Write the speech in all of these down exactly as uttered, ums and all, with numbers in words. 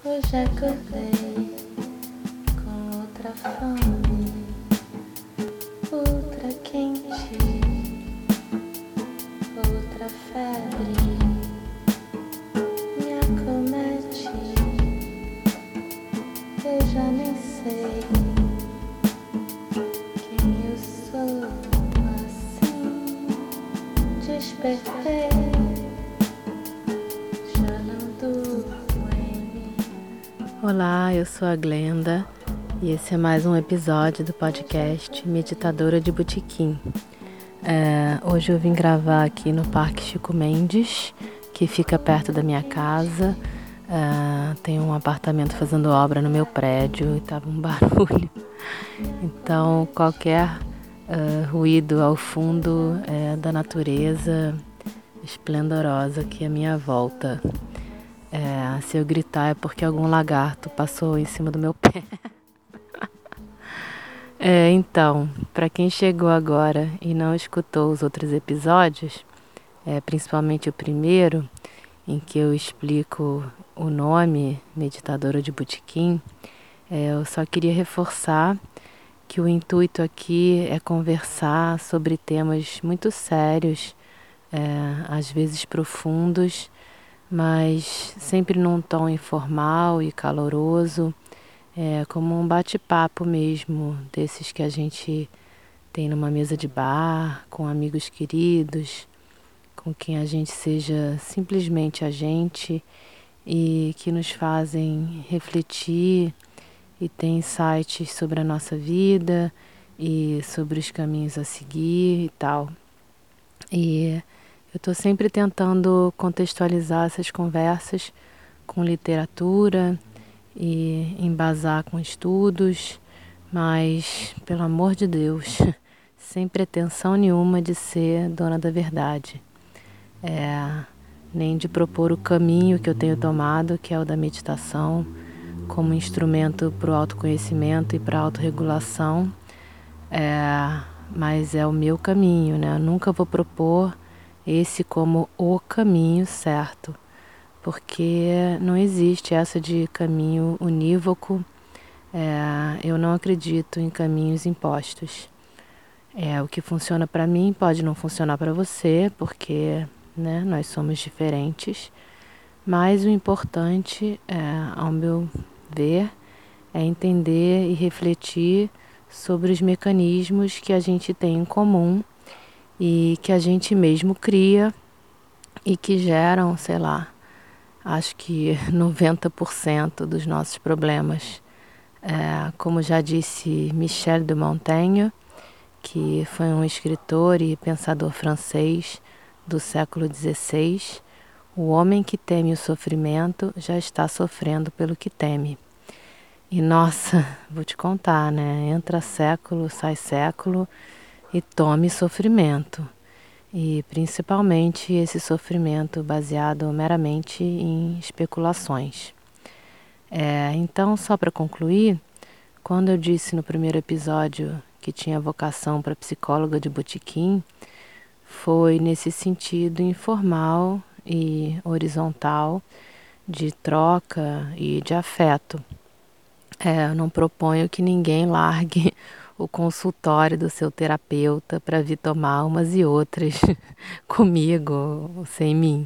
Hoje acordei com outra fome, outra quente, outra febre me acomete. Eu já nem sei quem eu sou assim. Despertei, já não durmo em mim. Olá, eu sou a Glenda e esse é mais um episódio do podcast Meditadora de Botequim. É, hoje eu vim gravar aqui no Parque Chico Mendes, que fica perto da minha casa. É, tem um apartamento fazendo obra no meu prédio e tava um barulho. Então qualquer é, ruído ao fundo é da natureza esplendorosa aqui à minha volta. É, se eu gritar é porque algum lagarto passou em cima do meu pé. É, então, para quem chegou agora e não escutou os outros episódios, é, principalmente o primeiro, em que eu explico o nome Meditadora de Botequim, é, eu só queria reforçar que o intuito aqui é conversar sobre temas muito sérios, é, às vezes profundos, mas sempre num tom informal e caloroso, é, como um bate-papo mesmo, desses que a gente tem numa mesa de bar, com amigos queridos, com quem a gente seja simplesmente a gente e que nos fazem refletir e ter insights sobre a nossa vida e sobre os caminhos a seguir e tal. E eu estou sempre tentando contextualizar essas conversas com literatura e embasar com estudos, mas, pelo amor de Deus, sem pretensão nenhuma de ser dona da verdade, é, nem de propor o caminho que eu tenho tomado, que é o da meditação, como instrumento para o autoconhecimento e para a autorregulação, é, mas é o meu caminho, né? Eu nunca vou propor esse como o caminho certo, porque não existe essa de caminho unívoco. É, eu não acredito em caminhos impostos. É, o que funciona para mim pode não funcionar para você, porque, né, nós somos diferentes. Mas o importante, é, ao meu ver, é entender e refletir sobre os mecanismos que a gente tem em comum e que a gente mesmo cria e que geram, sei lá, acho que noventa por cento dos nossos problemas. É, como já disse Michel de Montaigne, que foi um escritor e pensador francês do século dezesseis, o homem que teme o sofrimento já está sofrendo pelo que teme. E nossa, vou te contar, né? Entra século, sai século e tome sofrimento. E principalmente esse sofrimento baseado meramente em especulações. É, então, só para concluir, quando eu disse no primeiro episódio que tinha vocação para psicóloga de botequim, foi nesse sentido informal e horizontal de troca e de afeto. É, eu não proponho que ninguém largue o consultório do seu terapeuta para vir tomar umas e outras comigo ou sem mim.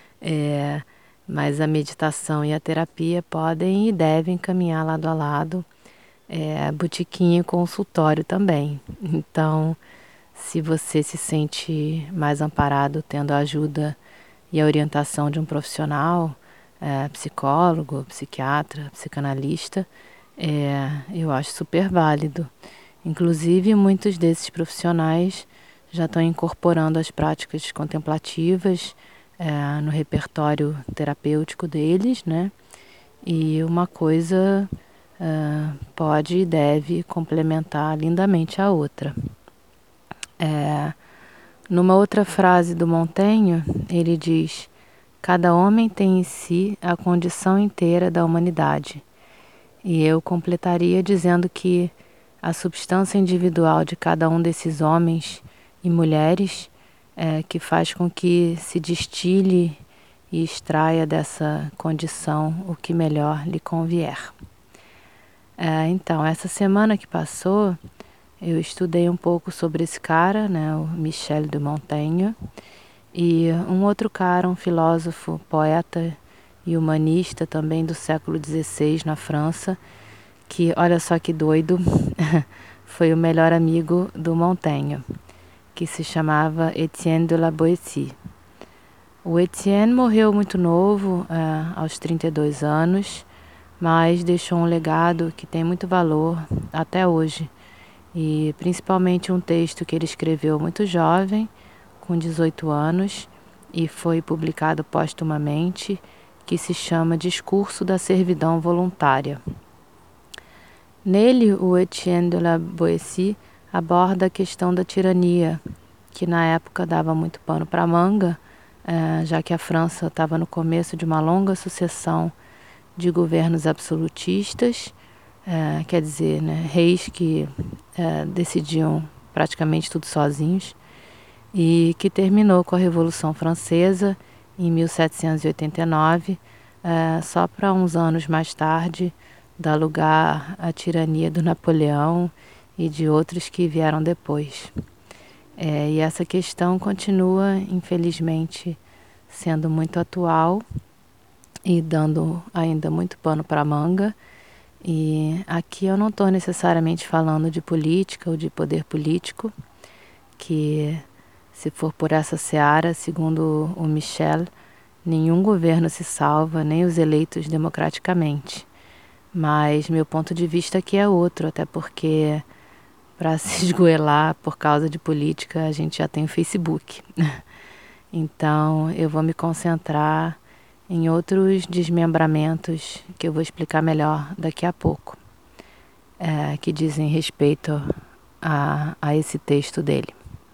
É, mas a meditação e a terapia podem e devem caminhar lado a lado, é, botequim e consultório também. Então, se você se sente mais amparado tendo a ajuda e a orientação de um profissional, é, psicólogo, psiquiatra, psicanalista, é, eu acho super válido. Inclusive, muitos desses profissionais já estão incorporando as práticas contemplativas é, no repertório terapêutico deles, né? E uma coisa é, pode e deve complementar lindamente a outra. É, numa outra frase do Montaigne, ele diz: cada homem tem em si a condição inteira da humanidade. E eu completaria dizendo que a substância individual de cada um desses homens e mulheres é, que faz com que se destile e extraia dessa condição o que melhor lhe convier. É, então, essa semana que passou, eu estudei um pouco sobre esse cara, né, o Michel de Montaigne, e um outro cara, um filósofo, poeta e humanista também do século dezesseis na França, que, olha só que doido, foi o melhor amigo do Montaigne, que se chamava Etienne de la Boétie. O Etienne morreu muito novo, é, aos trinta e dois anos, mas deixou um legado que tem muito valor até hoje, e principalmente um texto que ele escreveu muito jovem, com dezoito anos, e foi publicado póstumamente, que se chama Discurso da Servidão Voluntária. Nele, o Etienne de la Boétie aborda a questão da tirania, que na época dava muito pano para manga, é, já que a França estava no começo de uma longa sucessão de governos absolutistas, é, quer dizer, né, reis que é, decidiam praticamente tudo sozinhos, e que terminou com a Revolução Francesa em mil setecentos e oitenta e nove, é, só para uns anos mais tarde dar lugar à tirania do Napoleão e de outros que vieram depois. É, e essa questão continua, infelizmente, sendo muito atual e dando ainda muito pano para manga. E aqui eu não estou necessariamente falando de política ou de poder político, que se for por essa seara, segundo o Michel, nenhum governo se salva, nem os eleitos democraticamente. Mas meu ponto de vista aqui é outro, até porque para se esgoelar por causa de política a gente já tem o Facebook. Então eu vou me concentrar em outros desmembramentos que eu vou explicar melhor daqui a pouco, é, que dizem respeito a, a esse texto dele.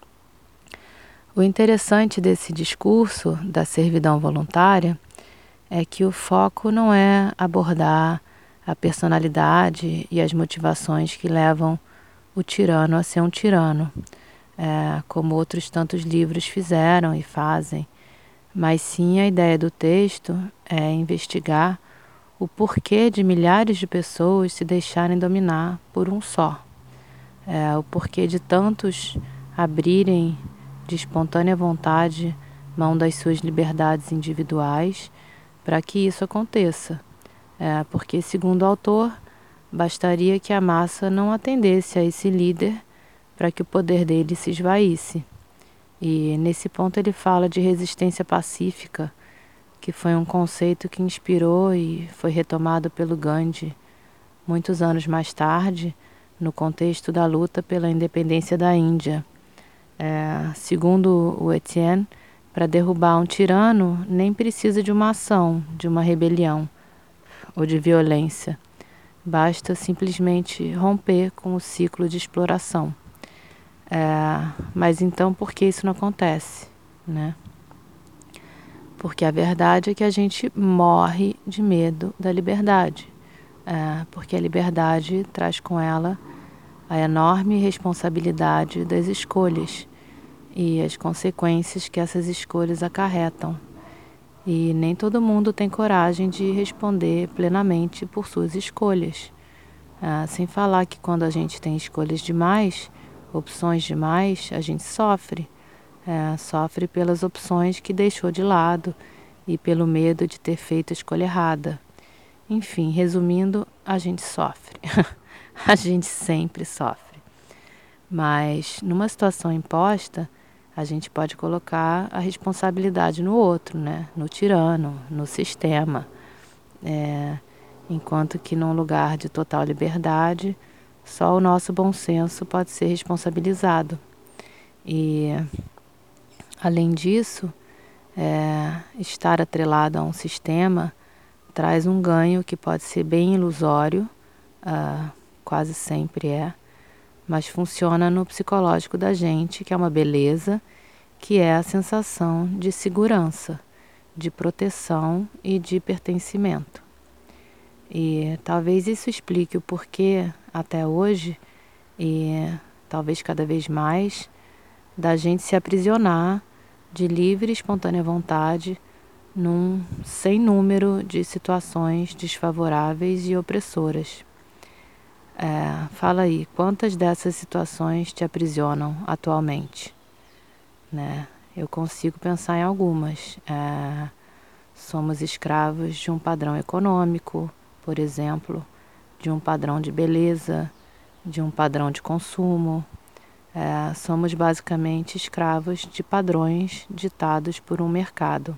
O interessante desse discurso da servidão voluntária é que o foco não é abordar a personalidade e as motivações que levam o tirano a ser um tirano, é, como outros tantos livros fizeram e fazem, mas sim a ideia do texto é investigar o porquê de milhares de pessoas se deixarem dominar por um só, é, o porquê de tantos abrirem de espontânea vontade mão das suas liberdades individuais para que isso aconteça. É, porque, segundo o autor, bastaria que a massa não atendesse a esse líder para que o poder dele se esvaísse. E nesse ponto ele fala de resistência pacífica, que foi um conceito que inspirou e foi retomado pelo Gandhi muitos anos mais tarde, no contexto da luta pela independência da Índia. É, segundo o Etienne, para derrubar um tirano nem precisa de uma ação, de uma rebelião ou de violência. Basta simplesmente romper com o ciclo de exploração. É, mas então por que isso não acontece, né? Porque a verdade é que a gente morre de medo da liberdade. É, porque a liberdade traz com ela a enorme responsabilidade das escolhas e as consequências que essas escolhas acarretam. E nem todo mundo tem coragem de responder plenamente por suas escolhas. Ah, sem falar que quando a gente tem escolhas demais, opções demais, a gente sofre. É, sofre pelas opções que deixou de lado e pelo medo de ter feito a escolha errada. Enfim, resumindo, a gente sofre. A gente sempre sofre. Mas numa situação imposta, a gente pode colocar a responsabilidade no outro, né? No tirano, no sistema. É, enquanto que num lugar de total liberdade, só o nosso bom senso pode ser responsabilizado. E, além disso, é, estar atrelado a um sistema traz um ganho que pode ser bem ilusório, uh, quase sempre é, mas funciona no psicológico da gente, que é uma beleza, que é a sensação de segurança, de proteção e de pertencimento. E talvez isso explique o porquê, até hoje, e talvez cada vez mais, da gente se aprisionar de livre e espontânea vontade num sem número de situações desfavoráveis e opressoras. É, fala aí, quantas dessas situações te aprisionam atualmente? Né? Eu consigo pensar em algumas. É, somos escravos de um padrão econômico, por exemplo, de um padrão de beleza, de um padrão de consumo. É, somos basicamente escravos de padrões ditados por um mercado.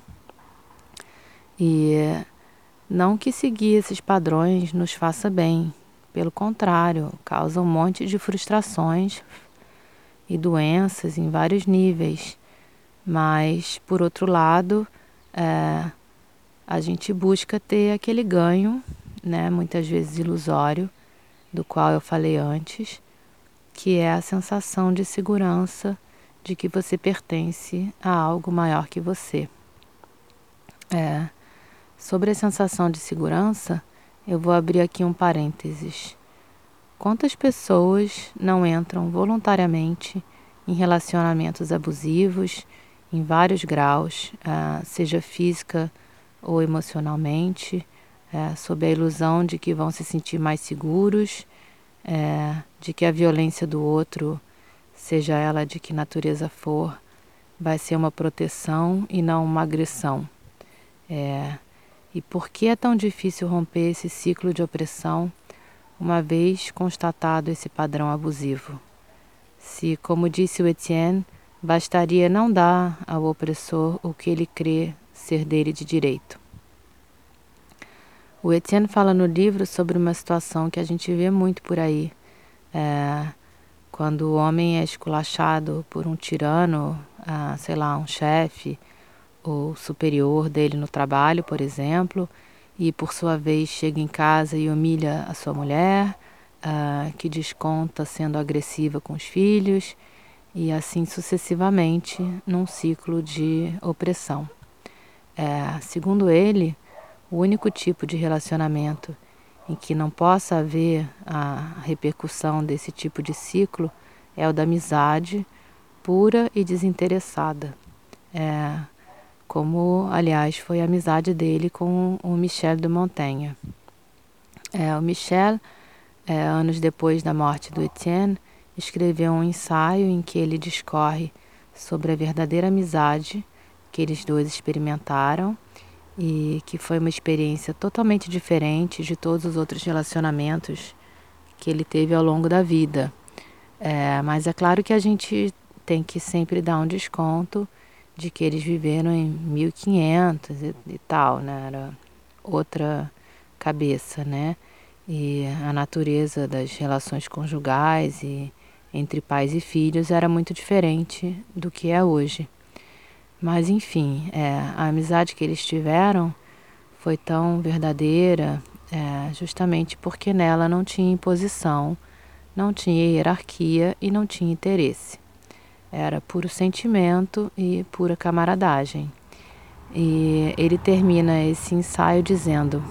E não que seguir esses padrões nos faça bem, pelo contrário, causa um monte de frustrações e doenças em vários níveis. Mas, por outro lado, é, a gente busca ter aquele ganho, né, muitas vezes ilusório, do qual eu falei antes, que é a sensação de segurança de que você pertence a algo maior que você. É, sobre a sensação de segurança, eu vou abrir aqui um parênteses. Quantas pessoas não entram voluntariamente em relacionamentos abusivos, em vários graus, uh, seja física ou emocionalmente, uh, sob a ilusão de que vão se sentir mais seguros, uh, de que a violência do outro, seja ela de que natureza for, vai ser uma proteção e não uma agressão. É, e por que é tão difícil romper esse ciclo de opressão, uma vez constatado esse padrão abusivo? Se, como disse o Etienne, bastaria não dar ao opressor o que ele crê ser dele de direito. O Etienne fala no livro sobre uma situação que a gente vê muito por aí. É, quando o homem é esculachado por um tirano, ah, sei lá, um chefe, ou superior dele no trabalho, por exemplo, e por sua vez chega em casa e humilha a sua mulher, uh, que desconta sendo agressiva com os filhos, e assim sucessivamente num ciclo de opressão. É, segundo ele, o único tipo de relacionamento em que não possa haver a repercussão desse tipo de ciclo é o da amizade pura e desinteressada. É, como, aliás, foi a amizade dele com o Michel de Montaigne. É, o Michel, é, anos depois da morte do Etienne, escreveu um ensaio em que ele discorre sobre a verdadeira amizade que eles dois experimentaram e que foi uma experiência totalmente diferente de todos os outros relacionamentos que ele teve ao longo da vida. É, mas é claro que a gente tem que sempre dar um desconto de que eles viveram em mil e quinhentos e, e tal, né? Era outra cabeça, né? E a natureza das relações conjugais e entre pais e filhos era muito diferente do que é hoje. Mas enfim, é, a amizade que eles tiveram foi tão verdadeira, é, justamente porque nela não tinha imposição, não tinha hierarquia e não tinha interesse. Era puro sentimento e pura camaradagem. E ele termina esse ensaio dizendo: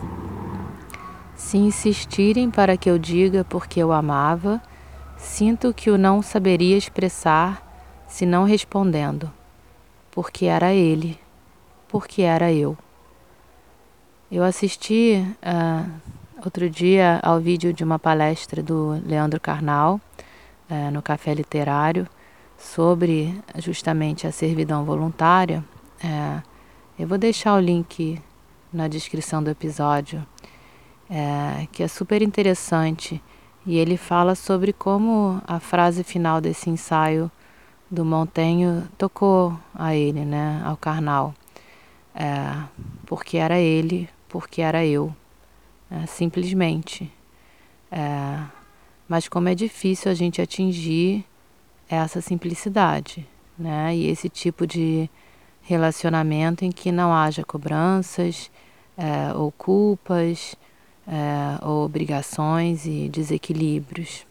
se insistirem para que eu diga porque eu amava, sinto que o não saberia expressar, se não respondendo, porque era ele, porque era eu. Eu assisti uh, outro dia ao vídeo de uma palestra do Leandro Carnal, uh, no Café Literário, sobre justamente a servidão voluntária. É, eu vou deixar o link na descrição do episódio, é, que é super interessante, e ele fala sobre como a frase final desse ensaio do Montaigne tocou a ele, né, ao Carnal. É, porque era ele, porque era eu, é, simplesmente. É, mas como é difícil a gente atingir essa simplicidade, né? E esse tipo de relacionamento em que não haja cobranças, é, ou culpas, é, ou obrigações e desequilíbrios.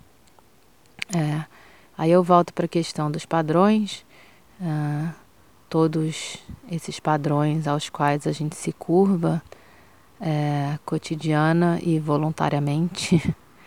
É, aí eu volto para a questão dos padrões, é, todos esses padrões aos quais a gente se curva, é, cotidiana e voluntariamente.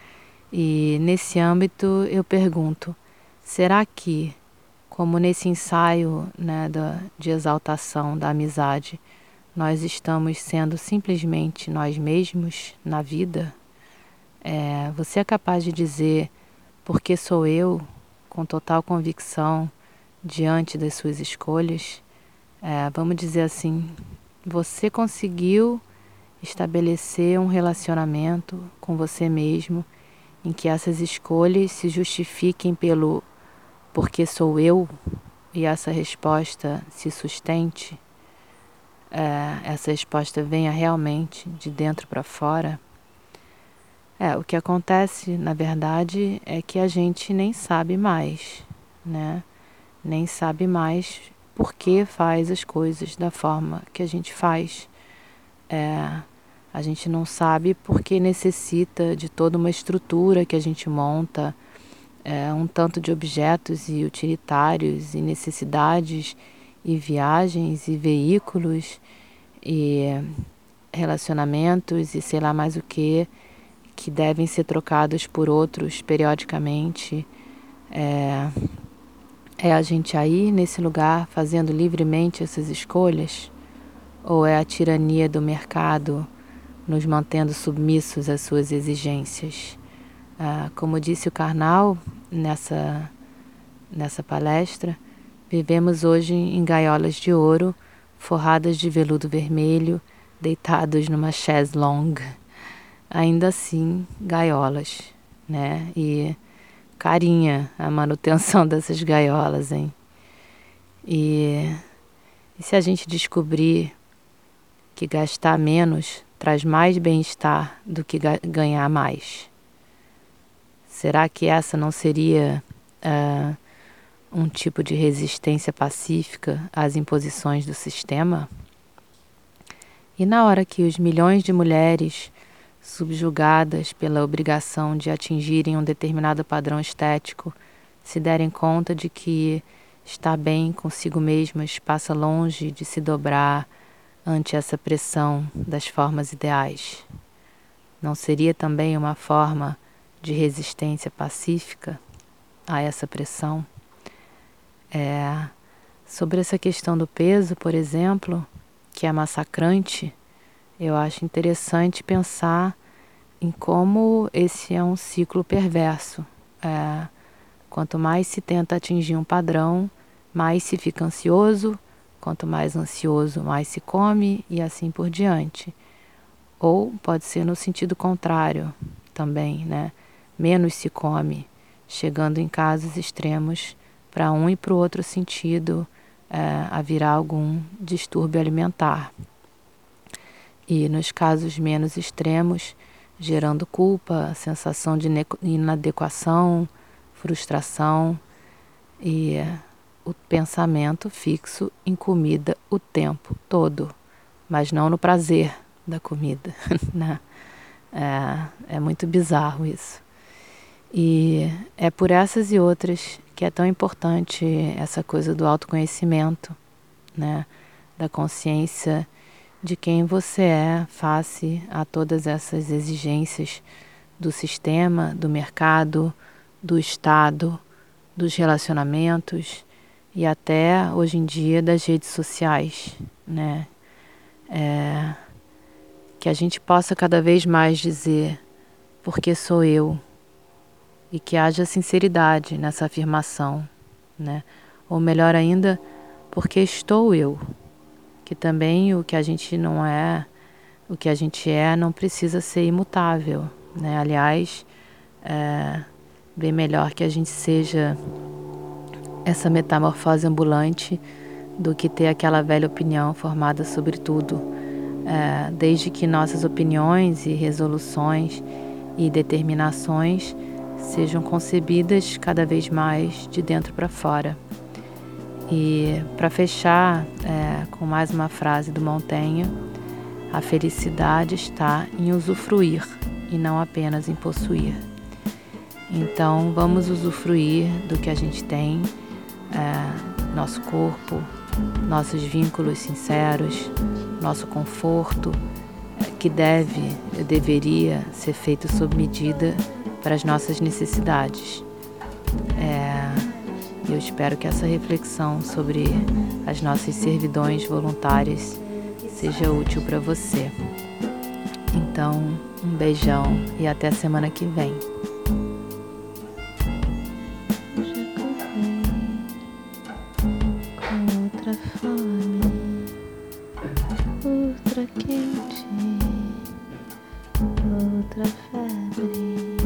E nesse âmbito eu pergunto, será que, como nesse ensaio, né, da, de exaltação da amizade, nós estamos sendo simplesmente nós mesmos na vida, é, você é capaz de dizer porque sou eu com total convicção diante das suas escolhas? É, vamos dizer assim, você conseguiu estabelecer um relacionamento com você mesmo em que essas escolhas se justifiquem pelo porque sou eu e essa resposta se sustente, é, essa resposta venha realmente de dentro para fora? É, o que acontece, na verdade, é que a gente nem sabe mais, né? Nem sabe mais por que faz as coisas da forma que a gente faz. É, a gente não sabe porque necessita de toda uma estrutura que a gente monta, é, um tanto de objetos e utilitários e necessidades e viagens e veículos e relacionamentos e sei lá mais o que, que devem ser trocados por outros periodicamente. É, é a gente aí nesse lugar fazendo livremente essas escolhas? Ou é a tirania do mercado nos mantendo submissos às suas exigências? Ah, como disse o Karnal nessa, nessa palestra, vivemos hoje em gaiolas de ouro, forradas de veludo vermelho, deitados numa chaise longue. Ainda assim, gaiolas, né? E carinha a manutenção dessas gaiolas, hein? E, e se a gente descobrir que gastar menos traz mais bem-estar do que ga- ganhar mais? Será que essa não seria uh, um tipo de resistência pacífica às imposições do sistema? E na hora que os milhões de mulheres subjugadas pela obrigação de atingirem um determinado padrão estético se derem conta de que estar bem consigo mesmas passa longe de se dobrar ante essa pressão das formas ideais, não seria também uma forma de resistência pacífica a essa pressão? É, sobre essa questão do peso, por exemplo, que é massacrante, eu acho interessante pensar em como esse é um ciclo perverso. É, quanto mais se tenta atingir um padrão, mais se fica ansioso, quanto mais ansioso, mais se come e assim por diante. Ou pode ser no sentido contrário também, né? Menos se come, chegando em casos extremos para um e para o outro sentido, é, a virar algum distúrbio alimentar. E nos casos menos extremos, gerando culpa, sensação de inadequação, frustração e o pensamento fixo em comida o tempo todo, mas não no prazer da comida, né? É, é muito bizarro isso. E é por essas e outras que é tão importante essa coisa do autoconhecimento, né? Da consciência de quem você é face a todas essas exigências do sistema, do mercado, do Estado, dos relacionamentos e até, hoje em dia, das redes sociais, né? É, que a gente possa cada vez mais dizer porque sou eu e que haja sinceridade nessa afirmação, né? Ou melhor ainda, porque estou eu. Que também o que a gente não é, o que a gente é não precisa ser imutável, né? Aliás, é bem melhor que a gente seja essa metamorfose ambulante do que ter aquela velha opinião formada sobre tudo, é, desde que nossas opiniões e resoluções e determinações sejam concebidas cada vez mais de dentro para fora. E para fechar é, com mais uma frase do Montaigne, a felicidade está em usufruir e não apenas em possuir. Então vamos usufruir do que a gente tem, é, nosso corpo, nossos vínculos sinceros, nosso conforto, é, que deve, deveria ser feito sob medida para as nossas necessidades. É, Eu espero que essa reflexão sobre as nossas servidões voluntárias seja útil para você. Então, um beijão e até a semana que vem. Já acordei com outra fome, outra quente, outra febre.